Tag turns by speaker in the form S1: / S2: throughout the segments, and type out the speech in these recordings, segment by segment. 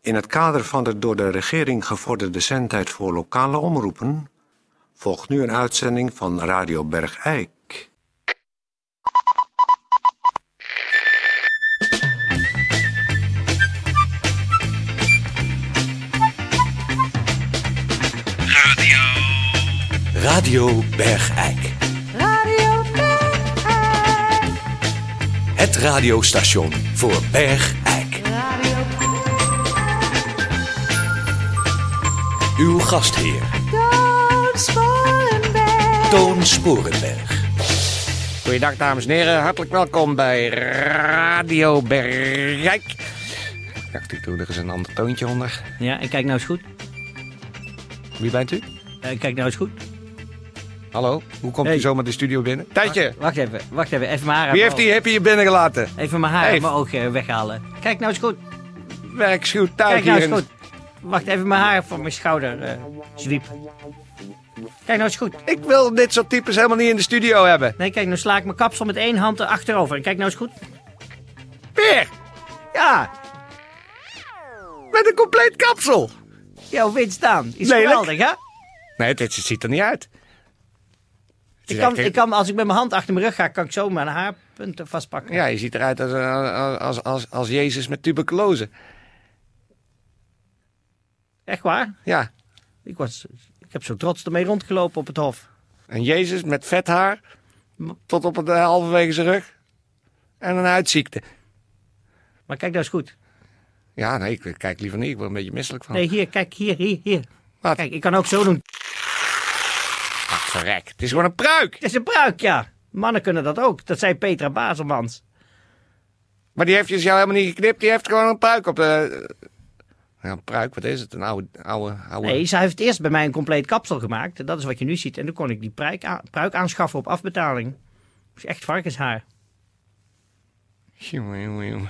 S1: In het kader van de door de regering gevorderde zendtijd voor lokale omroepen volgt nu een uitzending van Radio Bergijk.
S2: Radio Bergijk.
S3: Radio Bergijk.
S2: Het radiostation voor Bergijk.
S3: Radio
S2: Uw gastheer,
S3: Toon Sporenberg.
S2: Toon Sporenberg.
S4: Goeiedag dames en heren, hartelijk welkom bij Radio Bergijk. Dacht ik, doe er eens een ander toontje onder.
S5: Ja, en kijk nou eens goed.
S4: Wie bent u?
S5: Kijk nou eens goed.
S4: Hallo, hoe komt
S5: Hey.
S4: u zomaar de studio binnen? Tijdje,
S5: Wacht even. Even mijn haar
S4: wie
S5: uit
S4: heeft hier binnen gelaten?
S5: Even mijn haar
S4: Hey.
S5: uit mijn oog weghalen. Kijk nou eens goed.
S4: Werkschuw tuig
S5: Kijk nou
S4: hier.
S5: eens goed. Wacht even mijn haar van mijn schouder zwiep. Kijk nou eens goed.
S4: Ik wil dit soort types helemaal niet in de studio hebben.
S5: Nee, kijk, nou sla ik mijn kapsel met één hand achterover. En kijk nou eens goed.
S4: Peer,
S5: Ja,
S4: met een compleet kapsel.
S5: ja, hoe vind je het staan? Is
S4: Lelijk.
S5: geweldig, hè?
S4: Nee, dit ziet er niet uit. Het is echt-
S5: Ik kan, als ik met mijn hand achter mijn rug ga, kan ik zo mijn haarpunten vastpakken.
S4: Ja, je ziet eruit als Jezus met tuberculose.
S5: Echt waar?
S4: Ja,
S5: Ik heb zo trots ermee rondgelopen op het hof.
S4: en Jezus met vet haar tot op het halverwege zijn rug. En een huidziekte.
S5: Maar kijk nou eens goed.
S4: Ja, nee, ik kijk liever niet. Ik word een beetje misselijk van.
S5: Nee, hier, kijk, hier.
S4: Wat?
S5: Kijk, ik kan ook zo doen.
S4: Ach, verrek. Het is gewoon een pruik.
S5: Het is een pruik, ja. Mannen kunnen dat ook. Dat zei Petra Baselmans.
S4: Maar die heeft dus jou helemaal niet geknipt. Die heeft gewoon een pruik op de... Ja, een pruik, wat is het? Een oude...
S5: Nee, zij heeft eerst bij mij een compleet kapsel gemaakt. Dat is wat je nu ziet. En toen kon ik die pruik aanschaffen op afbetaling. Dat is echt varkenshaar.
S4: Jongen.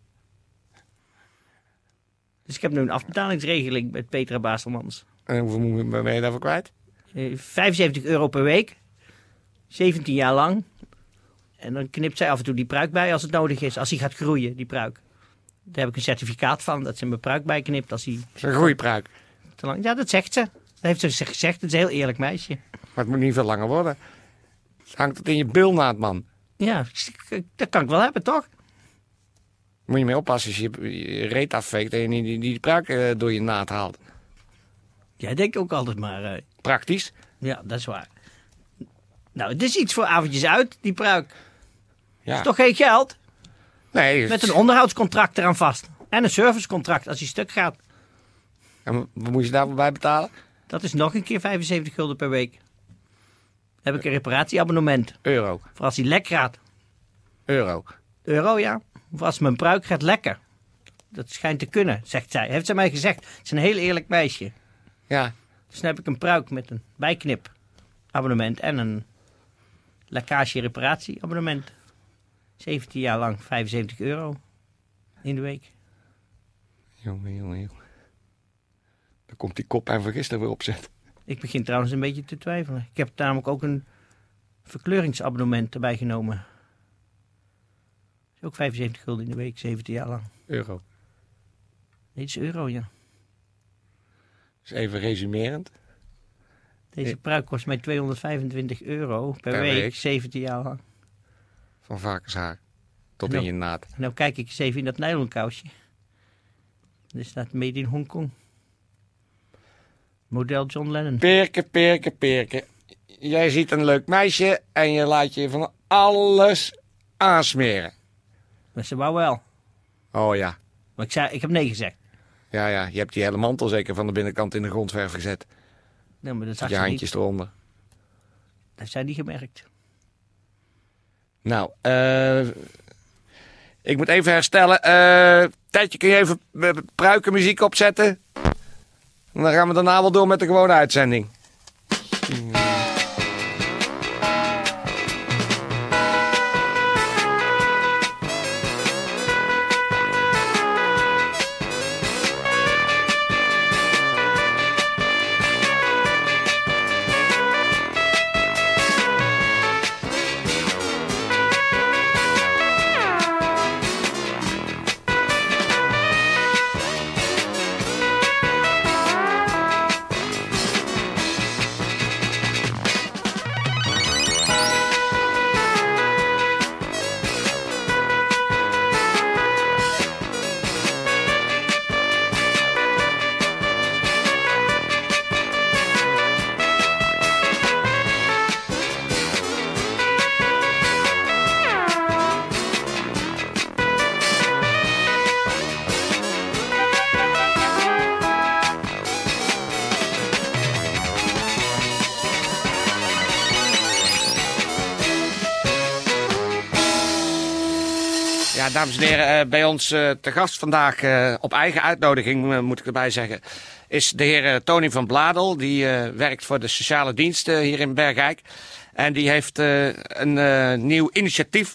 S5: Dus ik heb nu een afbetalingsregeling met Petra Baselmans.
S4: En hoeveel ben je daarvoor kwijt?
S5: 75 euro per week. 17 jaar lang. En dan knipt zij af en toe die pruik bij als het nodig is. Als hij gaat groeien, die pruik. Daar heb ik een certificaat van dat ze mijn pruik bijknipt als hij
S4: Dat is een goede pruik.
S5: te lang... Ja, dat zegt ze. Dat heeft ze gezegd. Het is een heel eerlijk meisje.
S4: Maar het moet niet veel langer worden. Het hangt het in je bilnaad, man.
S5: Ja, dat kan ik wel hebben, toch?
S4: Moet je mee oppassen als je je reet afveegt en je niet die pruik door je naad haalt.
S5: Jij denkt ook altijd maar...
S4: Praktisch.
S5: ja, dat is waar. Nou, het is iets voor avondjes uit, die pruik.
S4: Ja.
S5: Is toch geen geld?
S4: Nee.
S5: Met een onderhoudscontract eraan vast. En een servicecontract als hij stuk gaat.
S4: En wat moet je daarvoor bij betalen?
S5: Dat is nog een keer 75 gulden per week. Dan heb ik een reparatieabonnement.
S4: Euro.
S5: Voor als hij lek gaat.
S4: Euro.
S5: Euro, ja. Of als mijn pruik gaat lekken. Dat schijnt te kunnen, zegt zij. Heeft zij mij gezegd. Het is een heel eerlijk meisje.
S4: Ja.
S5: Dus dan heb ik een pruik met een bijknipabonnement en een lekkage-reparatieabonnement. 17 jaar lang, 75 euro in de week.
S4: Jongen. Dan komt die kop en van gisteren weer opzet.
S5: Ik begin trouwens een beetje te twijfelen. Ik heb namelijk ook een verkleuringsabonnement erbij genomen. Dat is ook 75 gulden in de week, 17 jaar lang.
S4: Euro.
S5: Nee, het is euro, ja.
S4: Dus even resumerend.
S5: Deze pruik kost mij 225 euro per
S4: week.
S5: week, 17 jaar lang.
S4: Van varkenshaar. Tot
S5: En
S4: in je naad.
S5: En nou kijk ik eens even in dat nylon kousje. Er staat Made in Hongkong. Model John Lennon.
S4: Perke. Jij ziet een leuk meisje en je laat je van alles aansmeren.
S5: Maar ze wou wel.
S4: Oh ja.
S5: Maar ik heb nee gezegd.
S4: Ja, je hebt die hele mantel zeker van de binnenkant in de grondverf gezet.
S5: Nee, maar dat zag
S4: Je
S5: ze
S4: handjes
S5: niet.
S4: eronder.
S5: Dat heeft zij niet gemerkt.
S4: Nou, ik moet even herstellen. Tijdje, kun je even pruikenmuziek opzetten? En dan gaan we daarna wel door met de gewone uitzending. dames en heren, bij ons te gast vandaag op eigen uitnodiging, moet ik erbij zeggen, is de heer Tony van Bladel. Die werkt voor de sociale diensten hier in Bergijk. En die heeft een nieuw initiatief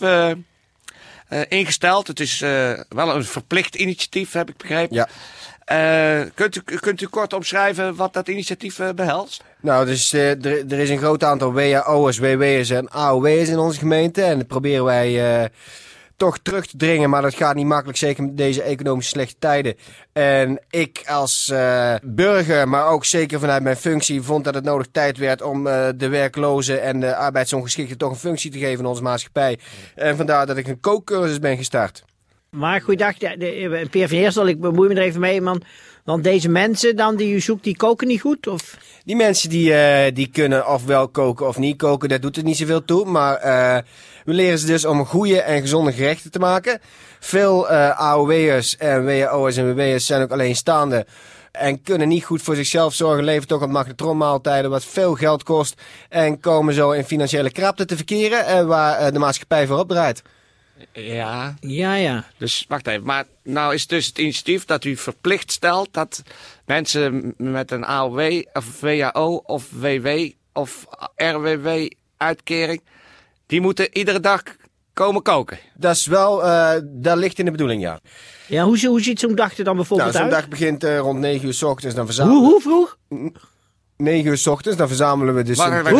S4: ingesteld. Het is wel een verplicht initiatief, heb ik begrepen.
S6: Ja.
S4: Kunt u kort omschrijven wat dat initiatief behelst?
S6: Nou, dus er is een groot aantal WAO'ers, WW'ers en AOW'ers in onze gemeente. En dat proberen wij toch terug te dringen, maar dat gaat niet makkelijk, zeker met deze economisch slechte tijden. En ik als burger, maar ook zeker vanuit mijn functie, vond dat het nodig tijd werd om de werklozen en de arbeidsongeschikten toch een functie te geven in onze maatschappij. En vandaar dat ik een kookcursus ben gestart.
S5: Maar goeiedag, Peer van Eersel, ik bemoei me er even mee, man. Want deze mensen dan die u zoekt, die koken niet goed? Of?
S6: Die mensen die kunnen ofwel koken of niet koken, dat doet er niet zoveel toe. Maar we leren ze dus om goede en gezonde gerechten te maken. Veel AOW'ers en WAO'ers en WW'ers zijn ook alleenstaande en kunnen niet goed voor zichzelf zorgen. Leven toch op magnetronmaaltijden, wat veel geld kost. En komen zo in financiële krapte te verkeren, waar de maatschappij voor opdraait.
S4: Ja.
S5: Ja.
S4: Dus wacht even, maar nou is dus het initiatief dat u verplicht stelt dat mensen met een AOW of WAO of WW of RWW uitkering, die moeten iedere dag komen koken.
S6: Dat is wel, dat ligt in de bedoeling, ja.
S5: Ja, hoe ziet zo'n dag er dan bijvoorbeeld
S6: Nou, zo'n
S5: uit?
S6: dag begint rond 9 uur 's ochtends, dan verzamelen
S5: Hoe vroeg?
S6: 9 uur 's ochtends, dan verzamelen we dus...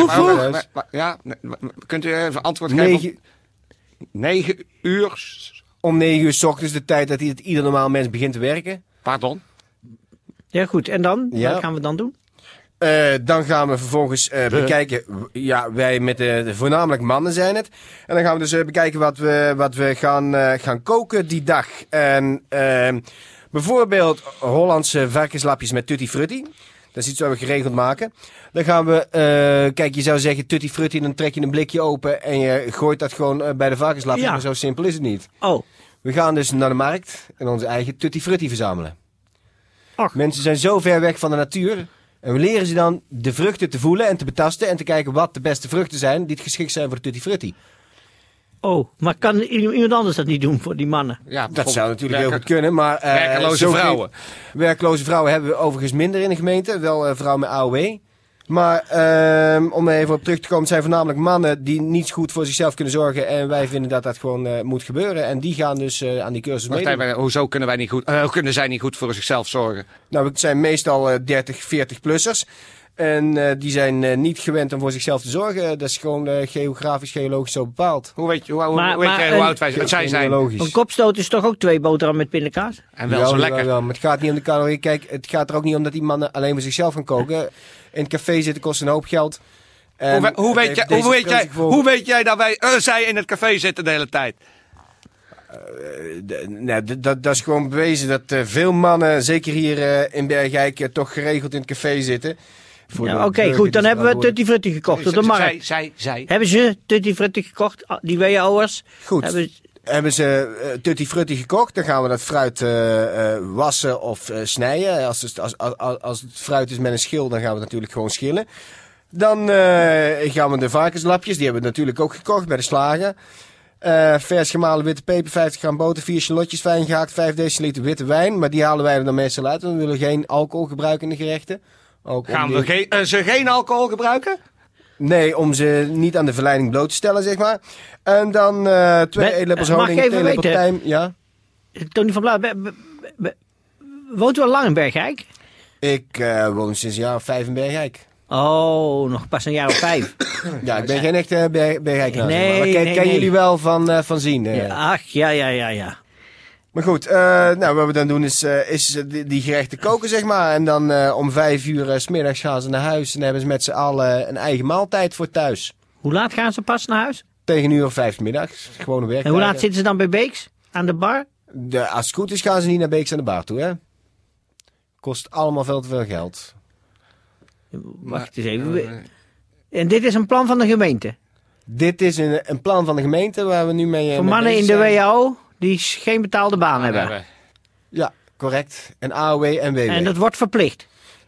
S4: Ja, kunt u even antwoord geven? 9 uur.
S6: Om 9 uur 's ochtends, de tijd dat ieder normaal mens begint te werken.
S4: Pardon?
S5: Ja, goed. En dan?
S6: Ja.
S5: Wat gaan we dan doen?
S6: Dan gaan we vervolgens bekijken. Ja, wij met de voornamelijk mannen zijn het. En dan gaan we dus bekijken wat we gaan koken die dag. En bijvoorbeeld Hollandse varkenslapjes met tutti frutti. Dat is iets wat we geregeld maken. Dan gaan we, kijk, je zou zeggen tutti frutti, dan trek je een blikje open en je gooit dat gewoon bij de varkenslapjes.
S5: Ja.
S6: Maar zo simpel is het niet.
S5: Oh,
S6: We gaan dus naar de markt en onze eigen tutti frutti verzamelen.
S5: ach.
S6: Mensen zijn zo ver weg van de natuur. En we leren ze dan de vruchten te voelen en te betasten en te kijken wat de beste vruchten zijn die het geschikt zijn voor de tutti frutti.
S5: Oh, maar kan iemand anders dat niet doen voor die mannen?
S4: Ja,
S6: Dat zou natuurlijk heel goed kunnen, maar...
S4: werkeloze vrouwen.
S6: Werkloze vrouwen hebben we overigens minder in de gemeente. Wel vrouwen met AOW. Maar om er even op terug te komen, het zijn voornamelijk mannen die niet goed voor zichzelf kunnen zorgen. En wij vinden dat dat gewoon moet gebeuren. En die gaan dus aan die cursus
S4: Wacht
S6: meedoen.
S4: even, hoezo kunnen zij niet goed voor zichzelf zorgen?
S6: Nou, het zijn meestal 30, 40-plussers. En die zijn niet gewend om voor zichzelf te zorgen. Dat is gewoon geografisch, geologisch zo bepaald.
S4: Hoe weet je hoe
S5: Maar
S4: oud wij zij zijn?
S6: Logisch.
S5: Een kopstoot is toch ook 2 boterham met pindakaas?
S4: En wel zo lekker.
S6: Wel. Maar het gaat niet om de calorieën. Kijk, het gaat er ook niet om dat die mannen alleen voor zichzelf gaan koken. In het café zitten kost een hoop geld. En
S4: Hoe weet jij dat zij in het café zitten de hele tijd?
S6: Dat is gewoon bewezen dat veel mannen, zeker hier in Bergijk, toch geregeld in het café zitten.
S5: Ja, Oké, goed. Dan hebben we tutti frutti gekocht op de markt.
S4: Zij.
S5: Hebben ze tutti frutti gekocht, die WAO'ers?
S6: Goed. Hebben ze tutti frutti gekocht, dan gaan we dat fruit wassen of snijden. Als het fruit is met een schil, dan gaan we het natuurlijk gewoon schillen. Dan gaan we de varkenslapjes, die hebben we natuurlijk ook gekocht bij de slager. Vers gemalen witte peper, 50 gram boter, 4 shallotjes, fijn gehakt, 5 deciliter witte wijn. Maar die halen wij er dan meestal uit, want we willen geen alcohol gebruiken in de gerechten.
S4: Gaan we ze geen alcohol gebruiken?
S6: Nee, om ze niet aan de verleiding bloot te stellen, zeg maar. En dan 2 eetlepels
S5: mag
S6: honing,
S5: ik even
S6: 2 lepels
S5: weten?
S6: tijm. Ja.
S5: Tony van Blad, woont u al lang in Bergijk?
S6: Ik woon sinds een jaar of 5 in Bergijk.
S5: Oh, nog pas een jaar of 5.
S6: Ja, ik ben geen echte Bergijkenaar.
S5: Nee,
S6: maar
S5: nee,
S6: kennen jullie wel van zien.
S5: Ach, ja.
S6: Maar goed, nou, wat we dan doen is die gerechten koken, zeg maar. En dan om 5 uur 's middags gaan ze naar huis. En dan hebben ze met z'n allen een eigen maaltijd voor thuis.
S5: Hoe laat gaan ze pas naar huis?
S6: Tegen 1 uur of 5 's middags. Gewone werk.
S5: En hoe laat zitten ze dan bij Beeks? Aan de bar?
S6: Als het goed is gaan ze niet naar Beeks aan de bar toe, hè. Kost allemaal veel te veel geld.
S5: Wacht eens even. En dit is een plan van de gemeente?
S6: Dit is een plan van de gemeente waar we nu mee...
S5: Voor
S6: mee
S5: mannen in
S6: bezig
S5: de
S6: zijn.
S5: WAO die geen betaalde baan hebben.
S6: Ja, correct. En AOW en WW.
S5: En dat wordt verplicht.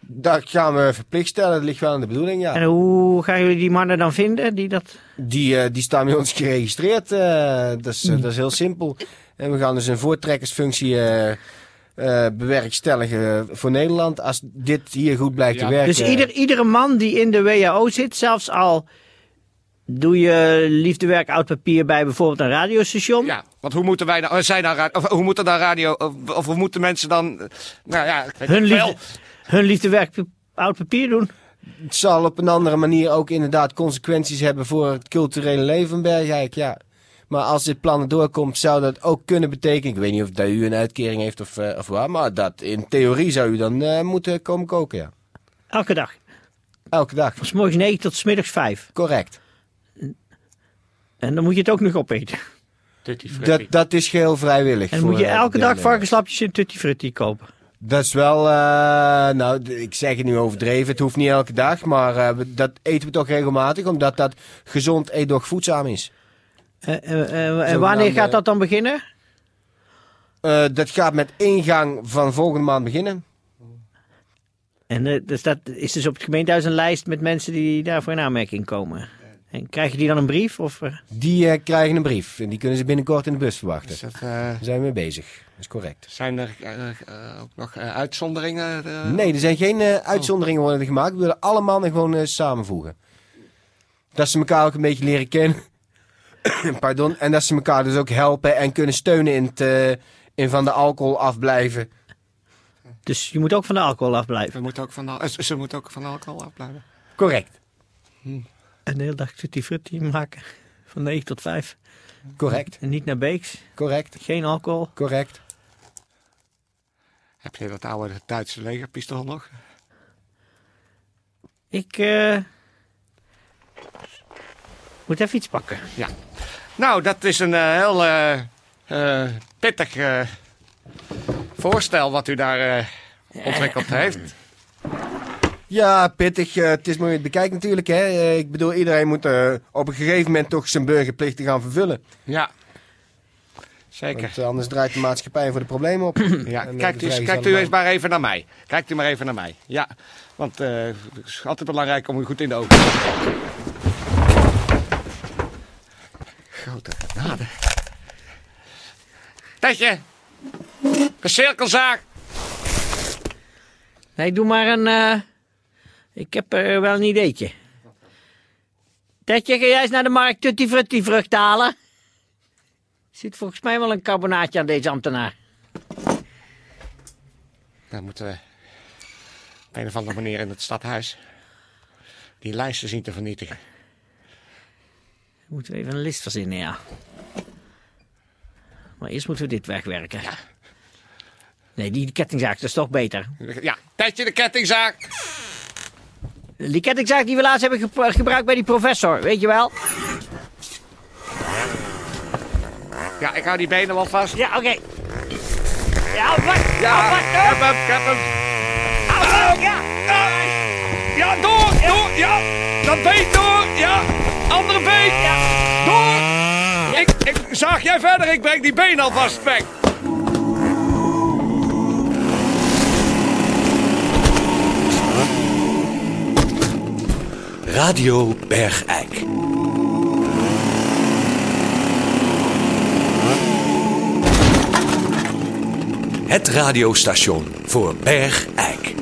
S6: Dat gaan we verplicht stellen, dat ligt wel in de bedoeling, ja.
S5: En hoe gaan jullie die mannen dan vinden die dat...
S6: Die staan bij ons geregistreerd, dat is heel simpel. En we gaan dus een voortrekkersfunctie bewerkstelligen voor Nederland, als dit hier goed blijkt te werken.
S5: Dus iedere man die in de WHO zit, zelfs al doe je liefdewerk oud papier bij bijvoorbeeld een radiostation...
S4: Ja, want hoe moeten wij hoe moet er dan radio, of hoe moeten mensen dan, nou ja, ik weet
S5: hun liefdewerk oud papier doen.
S6: Het zal op een andere manier ook inderdaad consequenties hebben voor het culturele leven van Bergijk, ja. Maar als dit plan doorkomt, zou dat ook kunnen betekenen, ik weet niet of dat u een uitkering heeft of waar, maar dat in theorie zou u dan moeten komen koken, ja.
S5: Elke dag.
S6: Elke dag.
S5: Van 's morgens 9 tot 's middags 5.
S6: Correct.
S5: En dan moet je het ook nog opeten.
S6: Dat is geheel vrijwillig.
S5: En dan moet je elke dag varkenslapjes in Tutti Frutti kopen.
S6: Dat is wel, ik zeg het nu overdreven, het hoeft niet elke dag, maar dat eten we toch regelmatig, omdat dat gezond, eetdog voedzaam is.
S5: En wanneer gaat dat dan beginnen?
S6: Dat gaat met ingang van volgende maand beginnen.
S5: En dus dat is dus op het gemeentehuis een lijst met mensen die daarvoor in aanmerking komen. En krijgen die dan een brief? Of?
S6: Die krijgen een brief en die kunnen ze binnenkort in de bus verwachten. Daar zijn we mee bezig. Dat is correct.
S4: Zijn er ook nog uitzonderingen?
S6: Nee, er zijn geen uitzonderingen worden gemaakt. We willen alle mannen gewoon samenvoegen. Dat ze elkaar ook een beetje leren kennen. Pardon. En dat ze elkaar dus ook helpen en kunnen steunen in van de alcohol afblijven.
S5: Dus je moet ook van de alcohol afblijven?
S4: Ze moeten ook van de alcohol afblijven.
S6: Correct.
S5: En de hele dag Tutti Frutti maken. Van 9 tot 5.
S6: Correct.
S5: En niet naar Beeks.
S6: Correct.
S5: Geen alcohol.
S6: Correct.
S4: Heb je dat oude Duitse legerpistool nog?
S5: Ik moet even iets pakken.
S4: Ja. Nou, dat is een heel pittig voorstel wat u daar ontwikkeld heeft.
S6: Ja, pittig. Het is mooi te bekijken natuurlijk. Hè. Ik bedoel, iedereen moet op een gegeven moment toch zijn burgerplichten gaan vervullen.
S4: Ja. Zeker.
S6: Want anders draait de maatschappij voor de problemen op.
S4: Ja, kijkt u eens maar even naar mij. Kijkt u maar even naar mij. Ja, want het is altijd belangrijk om u goed in de ogen te kijken. Grote genade. Tetje! Een cirkelzaag!
S5: Nee, doe maar een... Ik heb er wel een ideetje. Tetje, ga jij eens naar de markt Tutti Frutti vrucht halen? Er zit volgens mij wel een carbonaatje aan deze ambtenaar.
S4: Dan moeten we op een of andere manier in het stadhuis die lijsten zien te vernietigen.
S5: Moeten we even een list verzinnen, ja. Maar eerst moeten we dit wegwerken.
S4: Ja.
S5: Nee, die kettingzaag, dat is toch beter.
S4: Ja, Tetje, de kettingzaag!
S5: Die kettingzaag die we laatst hebben gebruikt bij die professor, weet je wel?
S4: Ja, ik hou die benen wel vast.
S5: Ja, oké. Ja, wat?
S4: Ja, ik heb hem. Ja, door, ja. Dat been door, ja. Andere been, ja. Door. Ik zaag jij verder, ik breng die been alvast weg.
S2: Radio Bergijk. Het radiostation voor Bergijk.